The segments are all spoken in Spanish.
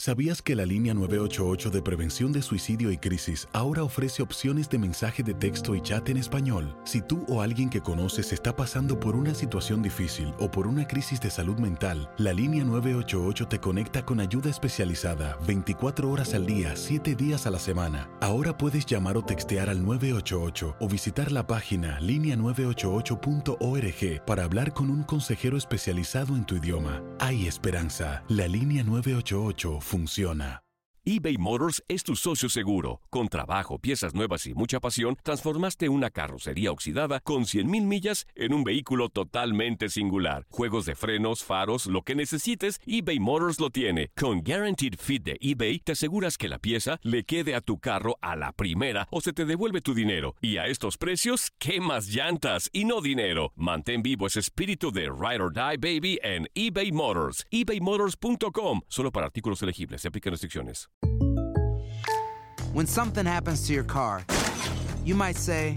¿Sabías que la línea 988 de prevención de suicidio y crisis ahora ofrece opciones de mensaje de texto y chat en español? Si tú o alguien que conoces está pasando por una situación difícil o por una crisis de salud mental, la línea 988 te conecta con ayuda especializada 24 horas al día, 7 días a la semana. Ahora puedes llamar o textear al 988 o visitar la página linea988.org para hablar con un consejero especializado en tu idioma. Hay esperanza. La línea 988 funciona. eBay Motors es tu socio seguro. Con trabajo, piezas nuevas y mucha pasión, transformaste una carrocería oxidada con 100,000 millas en un vehículo totalmente singular. Juegos de frenos, faros, lo que necesites, eBay Motors lo tiene. Con Guaranteed Fit de eBay, te aseguras que la pieza le quede a tu carro a la primera o se te devuelve tu dinero. Y a estos precios, ¿qué más llantas y no dinero? Mantén vivo ese espíritu de Ride or Die, baby, en eBay Motors. ebaymotors.com. Solo para artículos elegibles. Se aplican restricciones. When something happens to your car, you might say,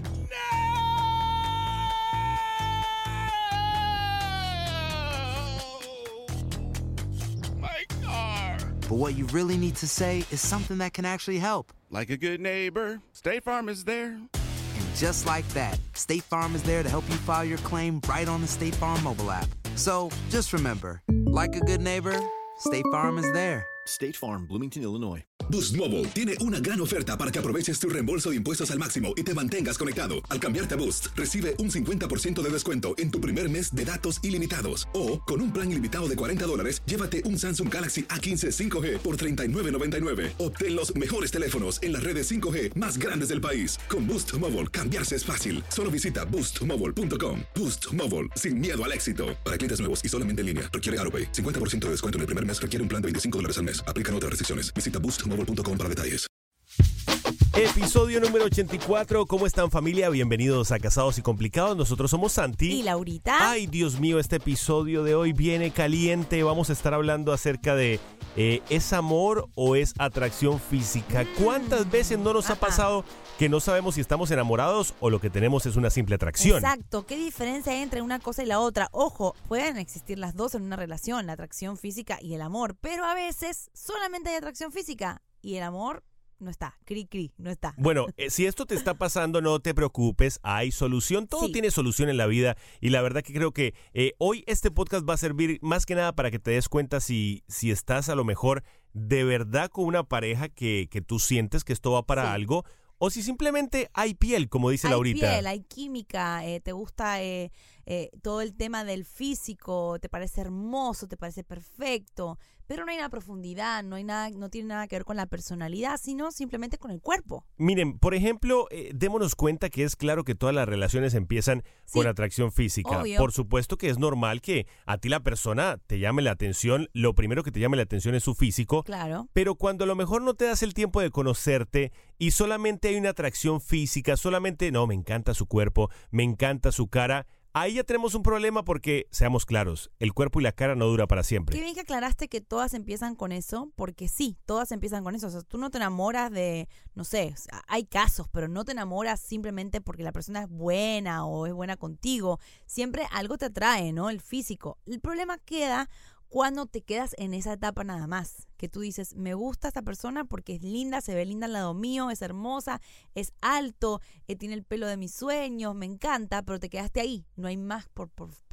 "No! My car!" But what you really need to say is something that can actually help. Like a good neighbor, State Farm is there. And just like that, State Farm is there to help you file your claim right on the State Farm mobile app. So just remember, like a good neighbor, State Farm is there. State Farm, Bloomington, Illinois. Boost Mobile tiene una gran oferta para que aproveches tu reembolso de impuestos al máximo y te mantengas conectado. Al cambiarte a Boost, recibe un 50% de descuento en tu primer mes de datos ilimitados. O, con un plan ilimitado de $40, llévate un Samsung Galaxy A15 5G por $39.99. Obtén los mejores teléfonos en las redes 5G más grandes del país. Con Boost Mobile, cambiarse es fácil. Solo visita boostmobile.com. Boost Mobile, sin miedo al éxito. Para clientes nuevos y solamente en línea, requiere AutoPay. 50% de descuento en el primer mes requiere un plan de $25 al mes. Aplican otras restricciones. Visita boostmobile.com para detalles. Episodio número 84. ¿Cómo están, familia? Bienvenidos a Casados y Complicados. Nosotros somos Santi y Laurita. Ay, Dios mío, este episodio de hoy viene caliente. Vamos a estar hablando acerca de ¿es amor o es atracción física? ¿Cuántas veces no nos ha pasado que no sabemos si estamos enamorados o lo que tenemos es una simple atracción? Exacto. ¿Qué diferencia hay entre una cosa y la otra? Ojo, pueden existir las dos en una relación, la atracción física y el amor, pero a veces solamente hay atracción física y el amor no está, no está. Bueno, si esto te está pasando, no te preocupes, hay solución. Todo tiene solución en la vida y la verdad que creo que hoy este podcast va a servir más que nada para que te des cuenta si estás a lo mejor de verdad con una pareja que tú sientes que esto va para algo, o si simplemente hay piel, como dice Laurita. Hay piel, hay química, te gusta todo el tema del físico, te parece hermoso, te parece perfecto, pero no hay una profundidad, no tiene nada que ver con la personalidad, sino simplemente con el cuerpo. Miren, por ejemplo, démonos cuenta que es claro que todas las relaciones empiezan con atracción física. Obvio. Por supuesto que es normal que a ti la persona te llame la atención, lo primero que te llame la atención es su físico. Claro. Pero cuando a lo mejor no te das el tiempo de conocerte y solamente hay una atracción física, solamente, no, me encanta su cuerpo, me encanta su cara, ahí ya tenemos un problema porque, seamos claros, el cuerpo y la cara no dura para siempre. Qué bien que aclaraste que todas empiezan con eso, porque sí, todas empiezan con eso. O sea, tú no te enamoras de, no sé, o sea, hay casos, pero no te enamoras simplemente porque la persona es buena o es buena contigo. Siempre algo te atrae, ¿no? El físico. El problema queda cuando te quedas en esa etapa nada más, que tú dices, me gusta esta persona porque es linda, se ve linda al lado mío, es hermosa, es alto, tiene el pelo de mis sueños, me encanta, pero te quedaste ahí, no hay más por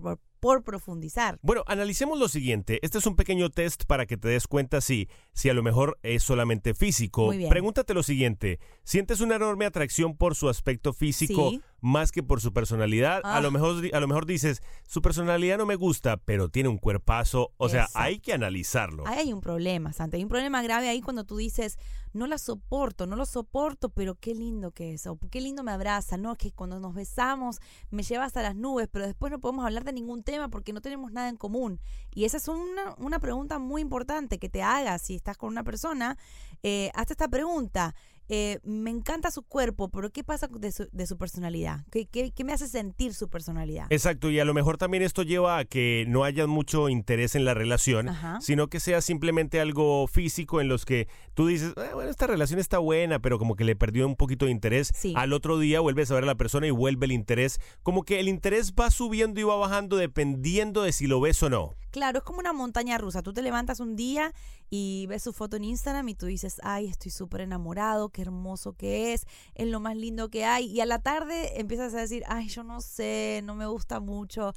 profundizar. Bueno, analicemos lo siguiente. Este es un pequeño test para que te des cuenta si a lo mejor es solamente físico. Muy bien. Pregúntate lo siguiente. ¿Sientes una enorme atracción por su aspecto físico más que por su personalidad? A lo mejor dices, su personalidad no me gusta, pero tiene un cuerpazo. O sea, hay que analizarlo. Ahí hay un problema, Santa. Hay un problema grave ahí cuando tú dices, no lo soporto, pero qué lindo que es, o qué lindo me abraza, ¿no? Que cuando nos besamos me lleva hasta las nubes, pero después no podemos hablar de ningún tema porque no tenemos nada en común. Y esa es una pregunta muy importante que te hagas si estás con una persona. Hazte esta pregunta. Me encanta su cuerpo, pero ¿qué pasa de su personalidad? ¿Qué me hace sentir su personalidad? Exacto, y a lo mejor también esto lleva a que no haya mucho interés en la relación, sino que sea simplemente algo físico en los que tú dices, bueno, esta relación está buena, pero como que le perdió un poquito de interés. Al otro día vuelves a ver a la persona y vuelve el interés. Como que el interés va subiendo y va bajando dependiendo de si lo ves o no. Claro, es como una montaña rusa. Tú te levantas un día y ves su foto en Instagram y tú dices, ay, estoy súper enamorado, qué hermoso que es lo más lindo que hay. Y a la tarde empiezas a decir, ay, yo no sé, no me gusta mucho,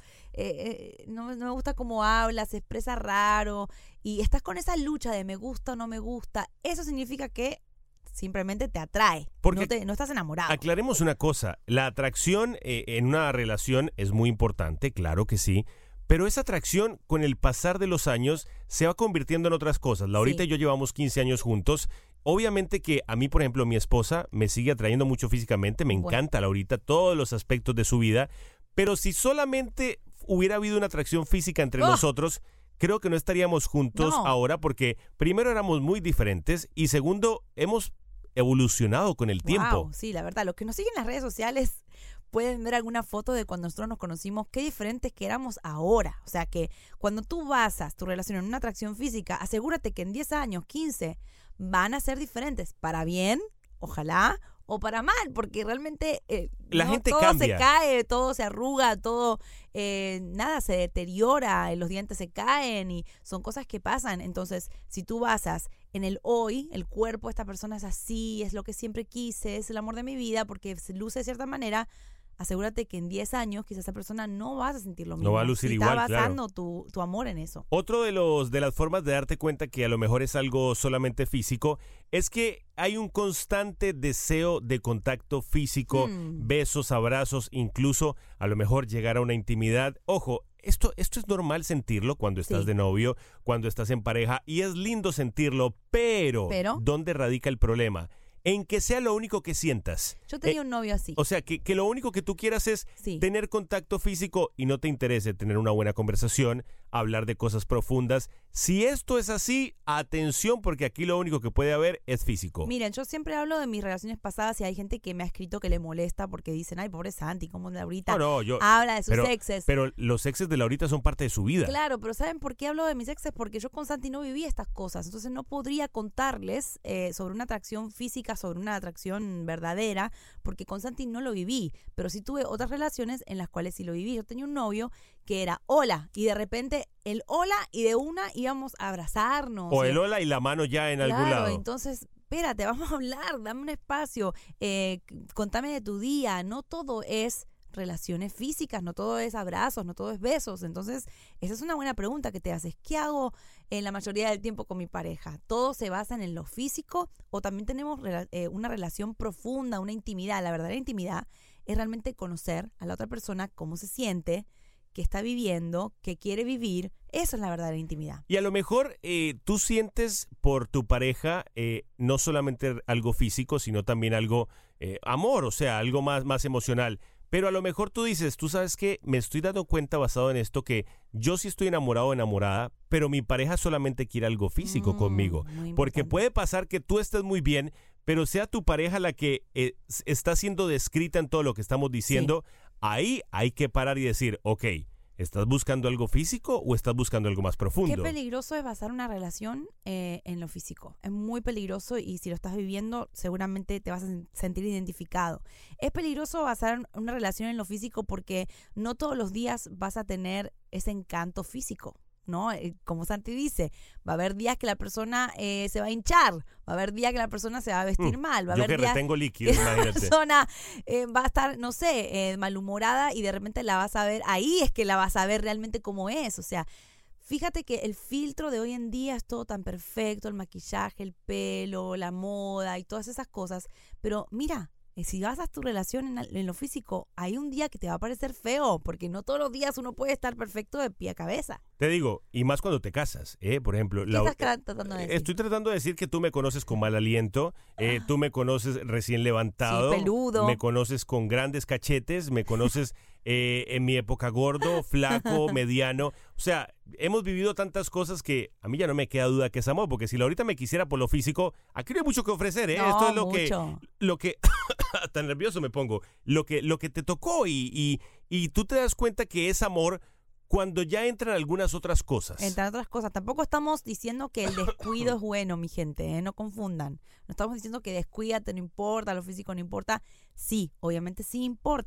no me gusta cómo habla, se expresa raro. Y estás con esa lucha de me gusta o no me gusta. Eso significa que simplemente te atrae, porque no estás enamorado. Aclaremos una cosa, la atracción en una relación es muy importante, claro que sí, pero esa atracción con el pasar de los años se va convirtiendo en otras cosas. Laurita y yo llevamos 15 años juntos. Obviamente que a mí, por ejemplo, mi esposa me sigue atrayendo mucho físicamente, me encanta Laurita, todos los aspectos de su vida, pero si solamente hubiera habido una atracción física entre nosotros, creo que no estaríamos juntos ahora porque primero éramos muy diferentes y segundo hemos evolucionado con el tiempo. Sí, la verdad, los que nos siguen en las redes sociales pueden ver alguna foto de cuando nosotros nos conocimos, qué diferentes que éramos ahora. O sea que cuando tú basas tu relación en una atracción física, asegúrate que en 10 años, 15, van a ser diferentes. Para bien, ojalá, o para mal, porque realmente la gente todo cambia. Se cae, todo se arruga, todo, nada, se deteriora, los dientes se caen y son cosas que pasan. Entonces, si tú basas en el hoy, el cuerpo de esta persona es así, es lo que siempre quise, es el amor de mi vida, porque se luce de cierta manera, asegúrate que en 10 años quizás esa persona no vas a sentir lo mismo. No va a lucir igual, claro. Está basando tu amor en eso. Otro de las formas de darte cuenta que a lo mejor es algo solamente físico es que hay un constante deseo de contacto físico, besos, abrazos, incluso a lo mejor llegar a una intimidad. Ojo, esto es normal sentirlo cuando estás de novio, cuando estás en pareja y es lindo sentirlo, pero ¿dónde radica el problema? En que sea lo único que sientas. Yo tenía un novio así. O sea, que lo único que tú quieras es tener contacto físico y no te interese tener una buena conversación, hablar de cosas profundas. Si esto es así, atención, porque aquí lo único que puede haber es físico. Miren, yo siempre hablo de mis relaciones pasadas y hay gente que me ha escrito que le molesta porque dicen, ay, pobre Santi, ¿cómo Laurita habla de sus exes? Pero los exes de Laurita son parte de su vida. Claro, pero ¿saben por qué hablo de mis exes? Porque yo con Santi no viví estas cosas. Entonces no podría contarles sobre una atracción física, sobre una atracción verdadera, porque con Santi no lo viví. Pero sí tuve otras relaciones en las cuales sí lo viví. Yo tenía un novio que era hola, y de repente el hola y de una íbamos a abrazarnos. O el hola y la mano ya en algún lado. Entonces, espérate, vamos a hablar, dame un espacio, contame de tu día. No todo es relaciones físicas, no todo es abrazos, no todo es besos. Entonces, esa es una buena pregunta que te haces. ¿Qué hago en la mayoría del tiempo con mi pareja? ¿Todo se basa en lo físico o también tenemos una relación profunda, una intimidad? La verdadera intimidad es realmente conocer a la otra persona, cómo se siente, qué está viviendo, qué quiere vivir. Eso es la verdadera intimidad. Y a lo mejor tú sientes por tu pareja no solamente algo físico, sino también algo amor, o sea, algo más emocional. Pero a lo mejor tú dices, tú sabes que me estoy dando cuenta basado en esto que yo sí estoy enamorado o enamorada, pero mi pareja solamente quiere algo físico conmigo. Porque puede pasar que tú estés muy bien, pero sea tu pareja la que está siendo descrita en todo lo que estamos diciendo. Ahí hay que parar y decir, ok, ¿estás buscando algo físico o estás buscando algo más profundo? Qué peligroso es basar una relación en lo físico. Es muy peligroso y si lo estás viviendo seguramente te vas a sentir identificado. Es peligroso basar una relación en lo físico porque no todos los días vas a tener ese encanto físico, ¿no? Como Santi dice, va a haber días que la persona se va a hinchar, va a haber días que la persona se va a vestir mal, va a haber días retengo líquido, que la persona va a estar, no sé, malhumorada y de repente la vas a ver, ahí es que la vas a ver realmente como es. O sea, fíjate que el filtro de hoy en día es todo tan perfecto, el maquillaje, el pelo, la moda y todas esas cosas, pero mira, si basas tu relación en lo físico, hay un día que te va a parecer feo, porque no todos los días uno puede estar perfecto de pie a cabeza. Te digo, y más cuando te casas, por ejemplo. ¿Qué estás tratando de decir? Estoy tratando de decir que tú me conoces con mal aliento, tú me conoces recién levantado, peludo. Me conoces con grandes cachetes, me conoces en mi época gordo, flaco, mediano. O sea, hemos vivido tantas cosas que a mí ya no me queda duda que es amor, porque si Laurita me quisiera por lo físico, aquí no hay mucho que ofrecer, No, esto es lo que tan nervioso me pongo, lo que te tocó y tú te das cuenta que es amor cuando ya entran algunas otras cosas. Entran otras cosas. Tampoco estamos diciendo que el descuido es bueno, mi gente, no confundan. No estamos diciendo que descuídate, no importa, lo físico no importa. Sí, obviamente sí importa.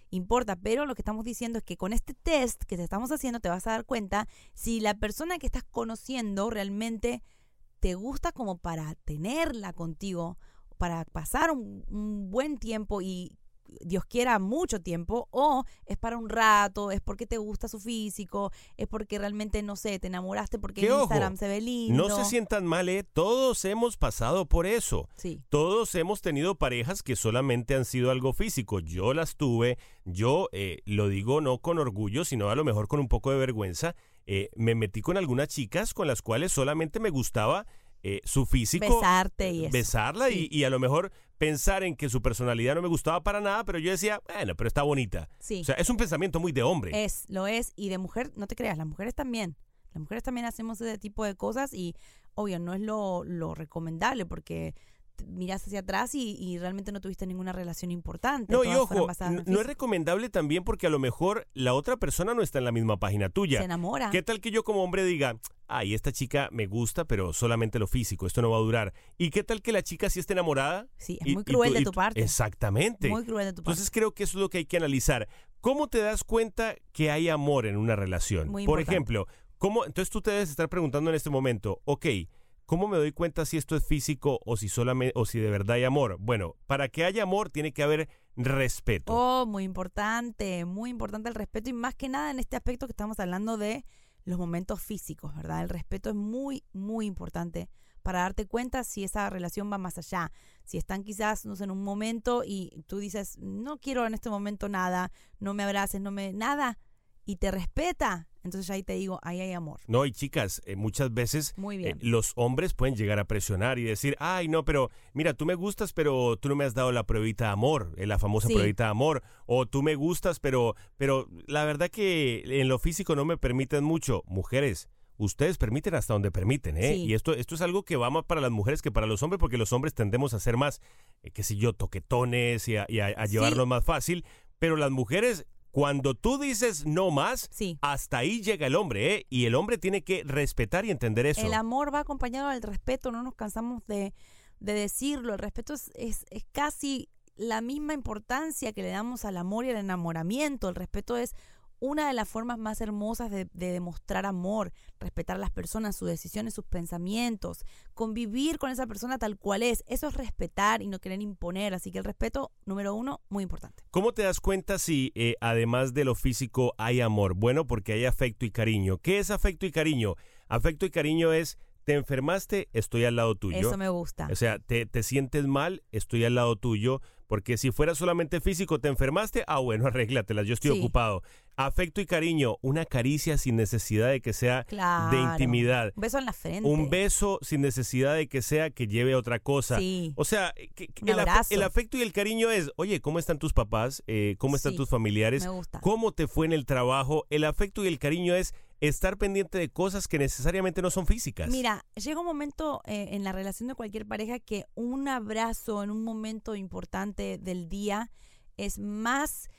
importa, pero lo que estamos diciendo es que con este test que te estamos haciendo te vas a dar cuenta si la persona que estás conociendo realmente te gusta como para tenerla contigo, para pasar un buen tiempo y Dios quiera mucho tiempo, o es para un rato, es porque te gusta su físico, es porque realmente, no sé, te enamoraste porque en Instagram se ve lindo. No se sientan mal, todos hemos pasado por eso. Sí. Todos hemos tenido parejas que solamente han sido algo físico. Yo las tuve, yo lo digo no con orgullo, sino a lo mejor con un poco de vergüenza. Me metí con algunas chicas con las cuales solamente me gustaba su físico, besarte y eso. Besarla, sí. y a lo mejor pensar en que su personalidad no me gustaba para nada, pero yo decía, bueno, pero está bonita. Sí. O sea, es un pensamiento muy de hombre. Lo es, y de mujer, no te creas, las mujeres también hacemos ese tipo de cosas y obvio no es lo recomendable porque miras hacia atrás y realmente no tuviste ninguna relación importante. No, y ojo, no es recomendable también porque a lo mejor la otra persona no está en la misma página tuya. Se enamora. ¿Qué tal que yo como hombre diga, ay, esta chica me gusta, pero solamente lo físico, esto no va a durar? ¿Y qué tal que la chica sí esté enamorada? Sí, es muy cruel de tu parte. Exactamente. Muy cruel de tu parte. Entonces creo que eso es lo que hay que analizar. ¿Cómo te das cuenta que hay amor en una relación? Muy Por importante. ejemplo, entonces tú te debes estar preguntando en este momento, ok, ¿cómo me doy cuenta si esto es físico o si de verdad hay amor? Bueno, para que haya amor tiene que haber respeto. Oh, muy importante el respeto y más que nada en este aspecto que estamos hablando de los momentos físicos, ¿verdad? El respeto es muy, muy importante para darte cuenta si esa relación va más allá. Si están quizás, no sé, en un momento y tú dices, no quiero en este momento nada, no me abraces, nada, y te respeta, entonces ahí te digo, ahí hay amor. No, y chicas, muchas veces Muy bien. los hombres pueden llegar a presionar y decir, ay, no, pero mira, tú me gustas, pero tú no me has dado la pruebita de amor, la famosa pruebita de amor, o tú me gustas, pero la verdad que en lo físico no me permiten mucho. Mujeres, ustedes permiten hasta donde permiten, ¿eh? Sí. Y esto es algo que va más para las mujeres que para los hombres, porque los hombres tendemos a hacer más, qué sé yo, toquetones y a llevarlo más fácil, pero las mujeres, cuando tú dices no más, hasta ahí llega el hombre, ¿eh? Y el hombre tiene que respetar y entender eso. El amor va acompañado del respeto, no nos cansamos de decirlo. El respeto es casi la misma importancia que le damos al amor y al enamoramiento. El respeto es una de las formas más hermosas de demostrar amor, respetar a las personas, sus decisiones, sus pensamientos, convivir con esa persona tal cual es. Eso es respetar y no querer imponer. Así que el respeto, número 1, muy importante. ¿Cómo te das cuenta si además de lo físico hay amor? Bueno, porque hay afecto y cariño. ¿Qué es afecto y cariño? Afecto y cariño es, te enfermaste, estoy al lado tuyo. Eso me gusta. O sea, te sientes mal, estoy al lado tuyo. Porque si fuera solamente físico, te enfermaste, bueno, arréglatelas, yo estoy ocupado. Afecto y cariño, una caricia sin necesidad de que sea de intimidad. Un beso en la frente. Un beso sin necesidad de que sea que lleve a otra cosa. Sí. O sea, el afecto y el cariño es, oye, ¿cómo están tus papás? ¿Cómo están tus familiares? Me gusta. ¿Cómo te fue en el trabajo? El afecto y el cariño es estar pendiente de cosas que necesariamente no son físicas. Mira, llega un momento en la relación de cualquier pareja que un abrazo en un momento importante del día es más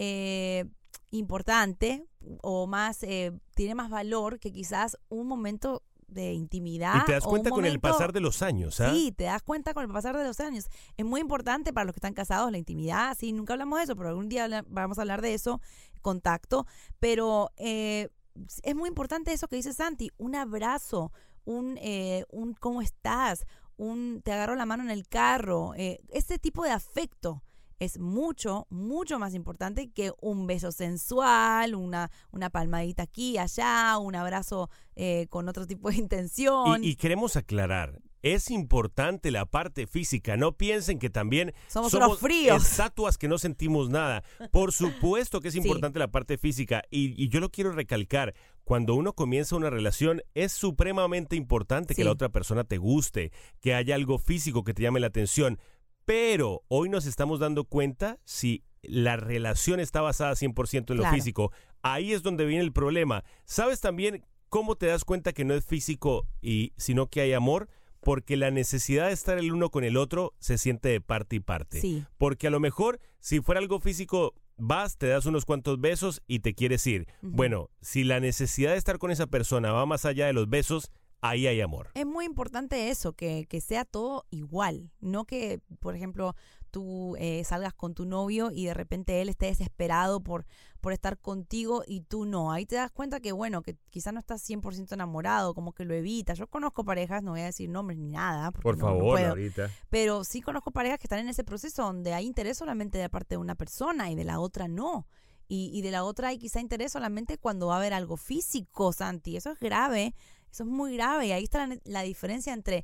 importante o más tiene más valor que quizás un momento de intimidad. Y te das cuenta con el pasar de los años, ¿ah? Sí, te das cuenta con el pasar de los años. Es muy importante para los que están casados la intimidad, sí, nunca hablamos de eso, pero algún día vamos a hablar de eso, contacto, pero es muy importante eso que dice Santi, un abrazo, un ¿cómo estás? Te agarro la mano en el carro, ese tipo de afecto es mucho, mucho más importante que un beso sensual, una palmadita aquí, allá, un abrazo con otro tipo de intención. Y queremos aclarar, es importante la parte física, no piensen que también somos unos fríos, estatuas que no sentimos nada. Por supuesto que es importante la parte física y yo lo quiero recalcar, cuando uno comienza una relación es supremamente importante que la otra persona te guste, que haya algo físico que te llame la atención. Pero hoy nos estamos dando cuenta si la relación está basada 100% en lo físico. Ahí es donde viene el problema. ¿Sabes también cómo te das cuenta que no es físico sino que hay amor? Porque la necesidad de estar el uno con el otro se siente de parte y parte. Sí. Porque a lo mejor si fuera algo físico, vas, te das unos cuantos besos y te quieres ir. Uh-huh. Bueno, si la necesidad de estar con esa persona va más allá de los besos, ahí hay amor. Es muy importante eso, que sea todo igual. No que, por ejemplo, tú salgas con tu novio y de repente él esté desesperado por estar contigo y tú no. Ahí te das cuenta que, bueno, que quizás no estás 100% enamorado, como que lo evitas. Yo conozco parejas, no voy a decir nombres ni nada. Por no favor, puedo, ahorita. pero sí conozco parejas que están en ese proceso donde hay interés solamente de parte de una persona y de la otra no. Y de la otra hay quizá interés solamente cuando va a haber algo físico, Santi. Eso es grave, eso es muy grave. Y ahí está la diferencia entre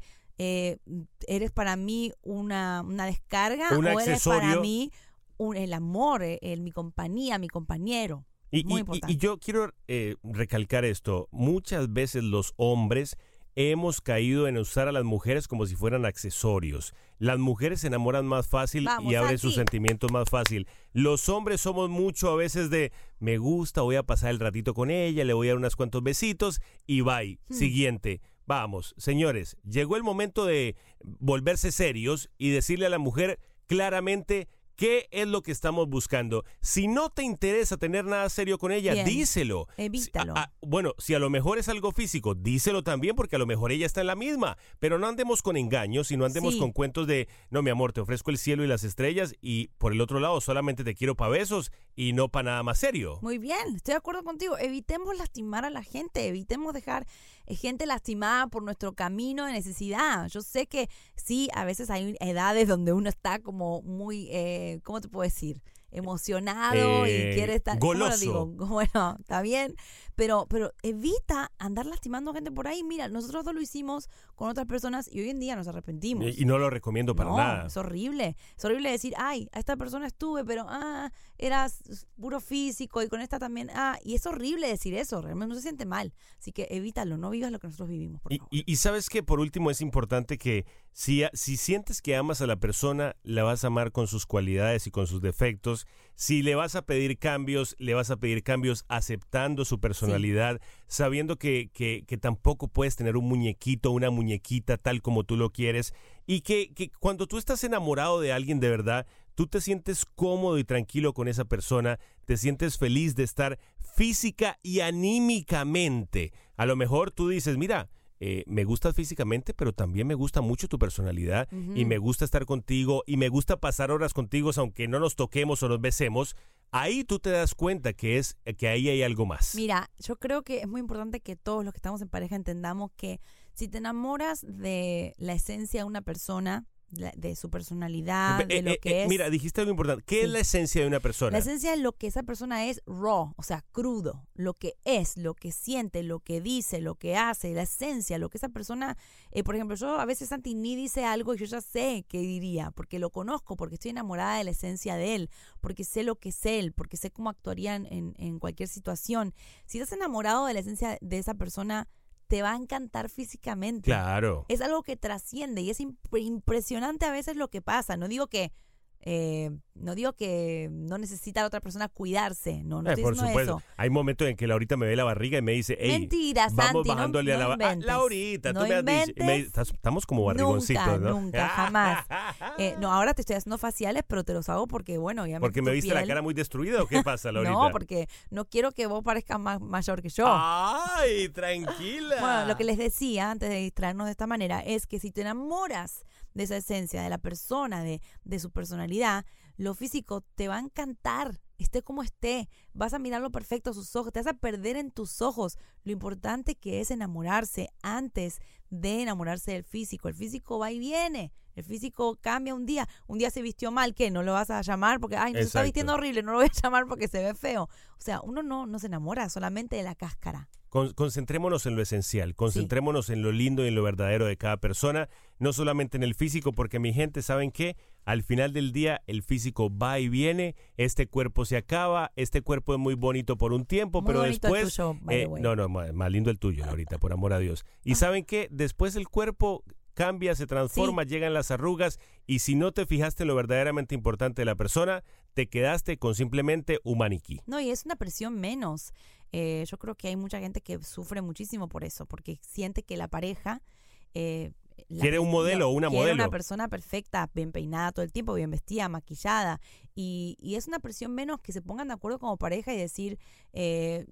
eres para mí una descarga un o accesorio. eres para mí el amor, mi compañía, mi compañero. Muy importante. Y yo quiero recalcar esto. Muchas veces los hombres hemos caído en usar a las mujeres como si fueran accesorios. Las mujeres se enamoran más fácil y abren sus sentimientos más fácil. Los hombres somos mucho a veces de me gusta, voy a pasar el ratito con ella, le voy a dar unos cuantos besitos y bye. Siguiente. Vamos, señores, llegó el momento de volverse serios y decirle a la mujer claramente qué es lo que estamos buscando. Si no te interesa tener nada serio con ella, díselo. Evítalo. Bueno, si a lo mejor es algo físico, díselo también porque a lo mejor ella está en la misma. Pero no andemos con engaños y no andemos con cuentos de, no, mi amor, te ofrezco el cielo y las estrellas y por el otro lado solamente te quiero para besos y no para nada más serio. Muy bien, estoy de acuerdo contigo. Evitemos lastimar a la gente, evitemos dejar gente lastimada por nuestro camino de necesidad. Yo sé que sí, a veces hay edades donde uno está como muy, ¿cómo te puedo decir? Emocionado y quiere estar goloso. ¿Cómo lo digo? Bueno, está bien, pero evita andar lastimando gente por ahí. Mira, nosotros dos lo hicimos con otras personas y hoy en día nos arrepentimos. Y no lo recomiendo para nada. Es horrible decir, ay, a esta persona estuve, pero eras puro físico y con esta también, y es horrible decir eso, realmente no se siente mal. Así que evítalo, no vivas lo que nosotros vivimos, por favor. Y sabes que por último es importante que si sientes que amas a la persona, la vas a amar con sus cualidades y con sus defectos. Si le vas a pedir cambios, le vas a pedir cambios aceptando su personalidad, sabiendo que tampoco puedes tener un muñequito, una muñequita tal como tú lo quieres. Y que cuando tú estás enamorado de alguien de verdad, tú te sientes cómodo y tranquilo con esa persona, te sientes feliz de estar física y anímicamente. A lo mejor tú dices, mira, me gustas físicamente, pero también me gusta mucho tu personalidad y me gusta estar contigo y me gusta pasar horas contigo aunque no nos toquemos o nos besemos. Ahí tú te das cuenta que ahí hay algo más. Mira, yo creo que es muy importante que todos los que estamos en pareja entendamos que si te enamoras de la esencia de una persona, de su personalidad, de lo que es. Mira, dijiste algo importante. ¿Qué es la esencia de una persona? La esencia es lo que esa persona es raw, o sea, crudo. Lo que es, lo que siente, lo que dice, lo que hace, la esencia, lo que esa persona. Por ejemplo, yo a veces Santi ni dice algo y yo ya sé qué diría, porque lo conozco, porque estoy enamorada de la esencia de él, porque sé lo que es él, porque sé cómo actuaría en cualquier situación. Si estás enamorado de la esencia de esa persona, te va a encantar físicamente. Claro. Es algo que trasciende y es impresionante a veces lo que pasa. No digo que no necesita la otra persona cuidarse. No estoy por diciendo supuesto. eso. Hay momentos en que Laurita me ve la barriga y me dice, hey, mentira, vamos Santi, bajándole a la inventes. Laurita, no tú me has dicho. Estamos como barrigoncitos, ¿no? Nunca, jamás. No, ahora te estoy haciendo faciales, pero te los hago porque, bueno, obviamente. ¿Porque me viste la cara muy destruida o qué pasa, Laurita? No, porque no quiero que vos parezcas más mayor que yo. ¡Ay, tranquila! Bueno, lo que les decía antes de distraernos de esta manera es que si te enamoras de esa esencia, de la persona, de su personalidad, lo físico te va a encantar, esté como esté, vas a mirarlo perfecto a sus ojos, te vas a perder en tus ojos lo importante que es enamorarse antes de enamorarse del físico. El físico va y viene, el físico cambia un día se vistió mal, ¿qué? ¿No lo vas a llamar? Porque, ay, no se está vistiendo horrible, no lo voy a llamar porque se ve feo. O sea, uno no se enamora solamente de la cáscara. Concentrémonos en lo esencial, concentrémonos en lo lindo y en lo verdadero de cada persona, no solamente en el físico, porque mi gente, ¿saben qué? Al final del día el físico va y viene, este cuerpo se acaba, este cuerpo es muy bonito por un tiempo, muy pero bonito después... el tuyo, by the way. No, más lindo el tuyo, ahorita, por amor a Dios. ¿Y saben qué? Después el cuerpo cambia, se transforma, llegan las arrugas y si no te fijaste en lo verdaderamente importante de la persona, te quedaste con simplemente un maniquí. No, y es una presión menos. Yo creo que hay mucha gente que sufre muchísimo por eso, porque siente que la pareja... quiere un modelo o una modelo. Quiere una persona perfecta, bien peinada todo el tiempo, bien vestida, maquillada. Y es una presión menos que se pongan de acuerdo como pareja y decir...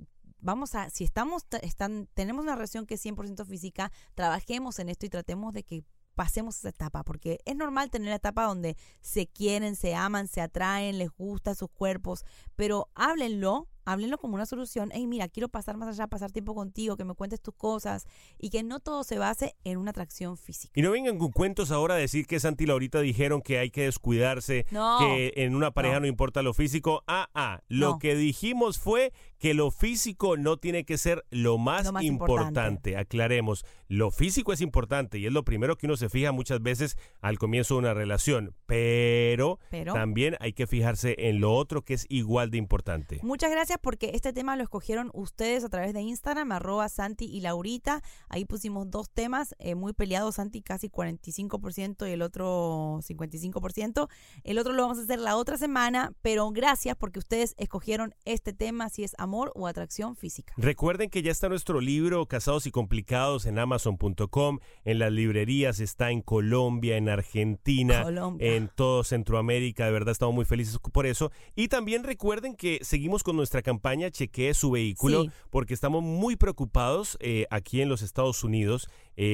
tenemos una relación que es 100% física, trabajemos en esto y tratemos de que pasemos esa etapa, porque es normal tener la etapa donde se quieren, se aman, se atraen, les gusta sus cuerpos, pero háblenlo como una solución. Hey, mira, quiero pasar más allá, pasar tiempo contigo, que me cuentes tus cosas y que no todo se base en una atracción física. Y no vengan con cuentos ahora a decir que Santi y Laurita dijeron que hay que descuidarse, que en una pareja no importa lo físico. Lo que dijimos fue que lo físico no tiene que ser lo más importante. Aclaremos, lo físico es importante y es lo primero que uno se fija muchas veces al comienzo de una relación, pero también hay que fijarse en lo otro que es igual de importante. Muchas gracias porque este tema lo escogieron ustedes a través de Instagram, @Santi y Laurita. Ahí pusimos 2 temas muy peleados, Santi casi 45% y el otro 55%. El otro lo vamos a hacer la otra semana, pero gracias porque ustedes escogieron este tema, si es amor o atracción física. Recuerden que ya está nuestro libro Casados y Complicados en Amazon.com, en las librerías, está en Colombia, en Argentina, en todo Centroamérica. De verdad estamos muy felices por eso. Y también recuerden que seguimos con nuestra campaña Chequee su vehículo, porque estamos muy preocupados aquí en los Estados Unidos.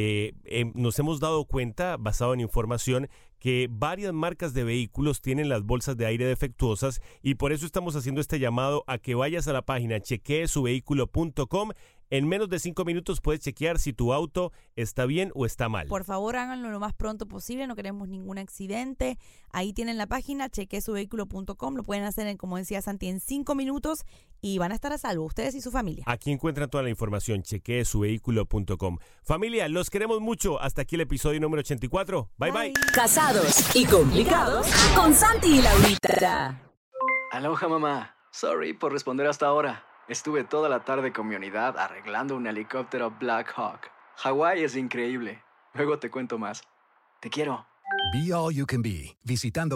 Nos hemos dado cuenta, basado en información, que varias marcas de vehículos tienen las bolsas de aire defectuosas y por eso estamos haciendo este llamado a que vayas a la página chequeesuvehículo.com. En menos de 5 minutos puedes chequear si tu auto está bien o está mal. Por favor, háganlo lo más pronto posible, no queremos ningún accidente. Ahí tienen la página, chequeesuvehículo.com. Lo pueden hacer, como decía Santi, en 5 minutos y van a estar a salvo, ustedes y su familia. Aquí encuentran toda la información, chequeesuvehículo.com. Familia, los queremos mucho. Hasta aquí el episodio número 84. Bye, bye. Casados y Complicados con Santi y Laurita. Aloha, mamá. Sorry por responder hasta ahora. Estuve toda la tarde con mi unidad arreglando un helicóptero Black Hawk. Hawái es increíble. Luego te cuento más. Te quiero. Be All You Can Be, visitando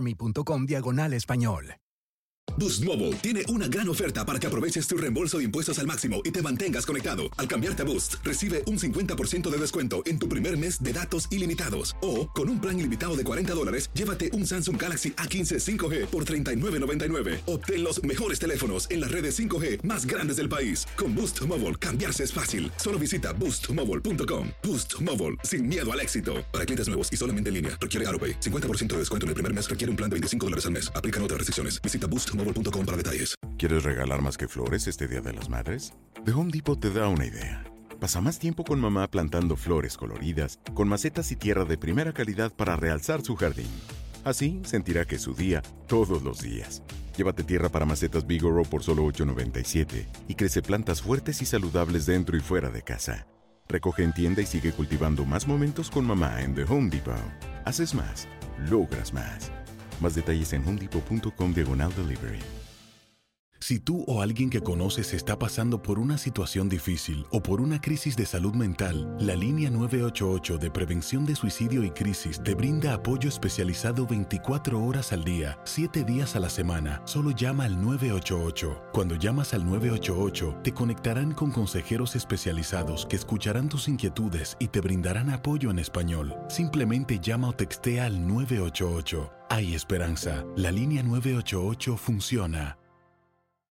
goarmy.com/español. Boost Mobile tiene una gran oferta para que aproveches tu reembolso de impuestos al máximo y te mantengas conectado. Al cambiarte a Boost, recibe un 50% de descuento en tu primer mes de datos ilimitados. O, con un plan ilimitado de $40, llévate un Samsung Galaxy A15 5G por $39.99. Obtén los mejores teléfonos en las redes 5G más grandes del país. Con Boost Mobile, cambiarse es fácil. Solo visita boostmobile.com. Boost Mobile, sin miedo al éxito. Para clientes nuevos y solamente en línea, requiere AutoPay. 50% de descuento en el primer mes requiere un plan de $25 al mes. Aplican otras restricciones. Visita boostmobile.com para detalles. ¿Quieres regalar más que flores este Día de las Madres? The Home Depot te da una idea. Pasa más tiempo con mamá plantando flores coloridas, con macetas y tierra de primera calidad para realzar su jardín. Así sentirá que es su día todos los días. Llévate tierra para macetas Bigoro por solo $8.97 y crece plantas fuertes y saludables dentro y fuera de casa. Recoge en tienda y sigue cultivando más momentos con mamá en The Home Depot. Haces más, logras más. Más detalles en homedepot.com/delivery. Si tú o alguien que conoces está pasando por una situación difícil o por una crisis de salud mental, la línea 988 de prevención de suicidio y crisis te brinda apoyo especializado 24 horas al día, 7 días a la semana. Solo llama al 988. Cuando llamas al 988, te conectarán con consejeros especializados que escucharán tus inquietudes y te brindarán apoyo en español. Simplemente llama o textea al 988. Hay esperanza. La línea 988 funciona.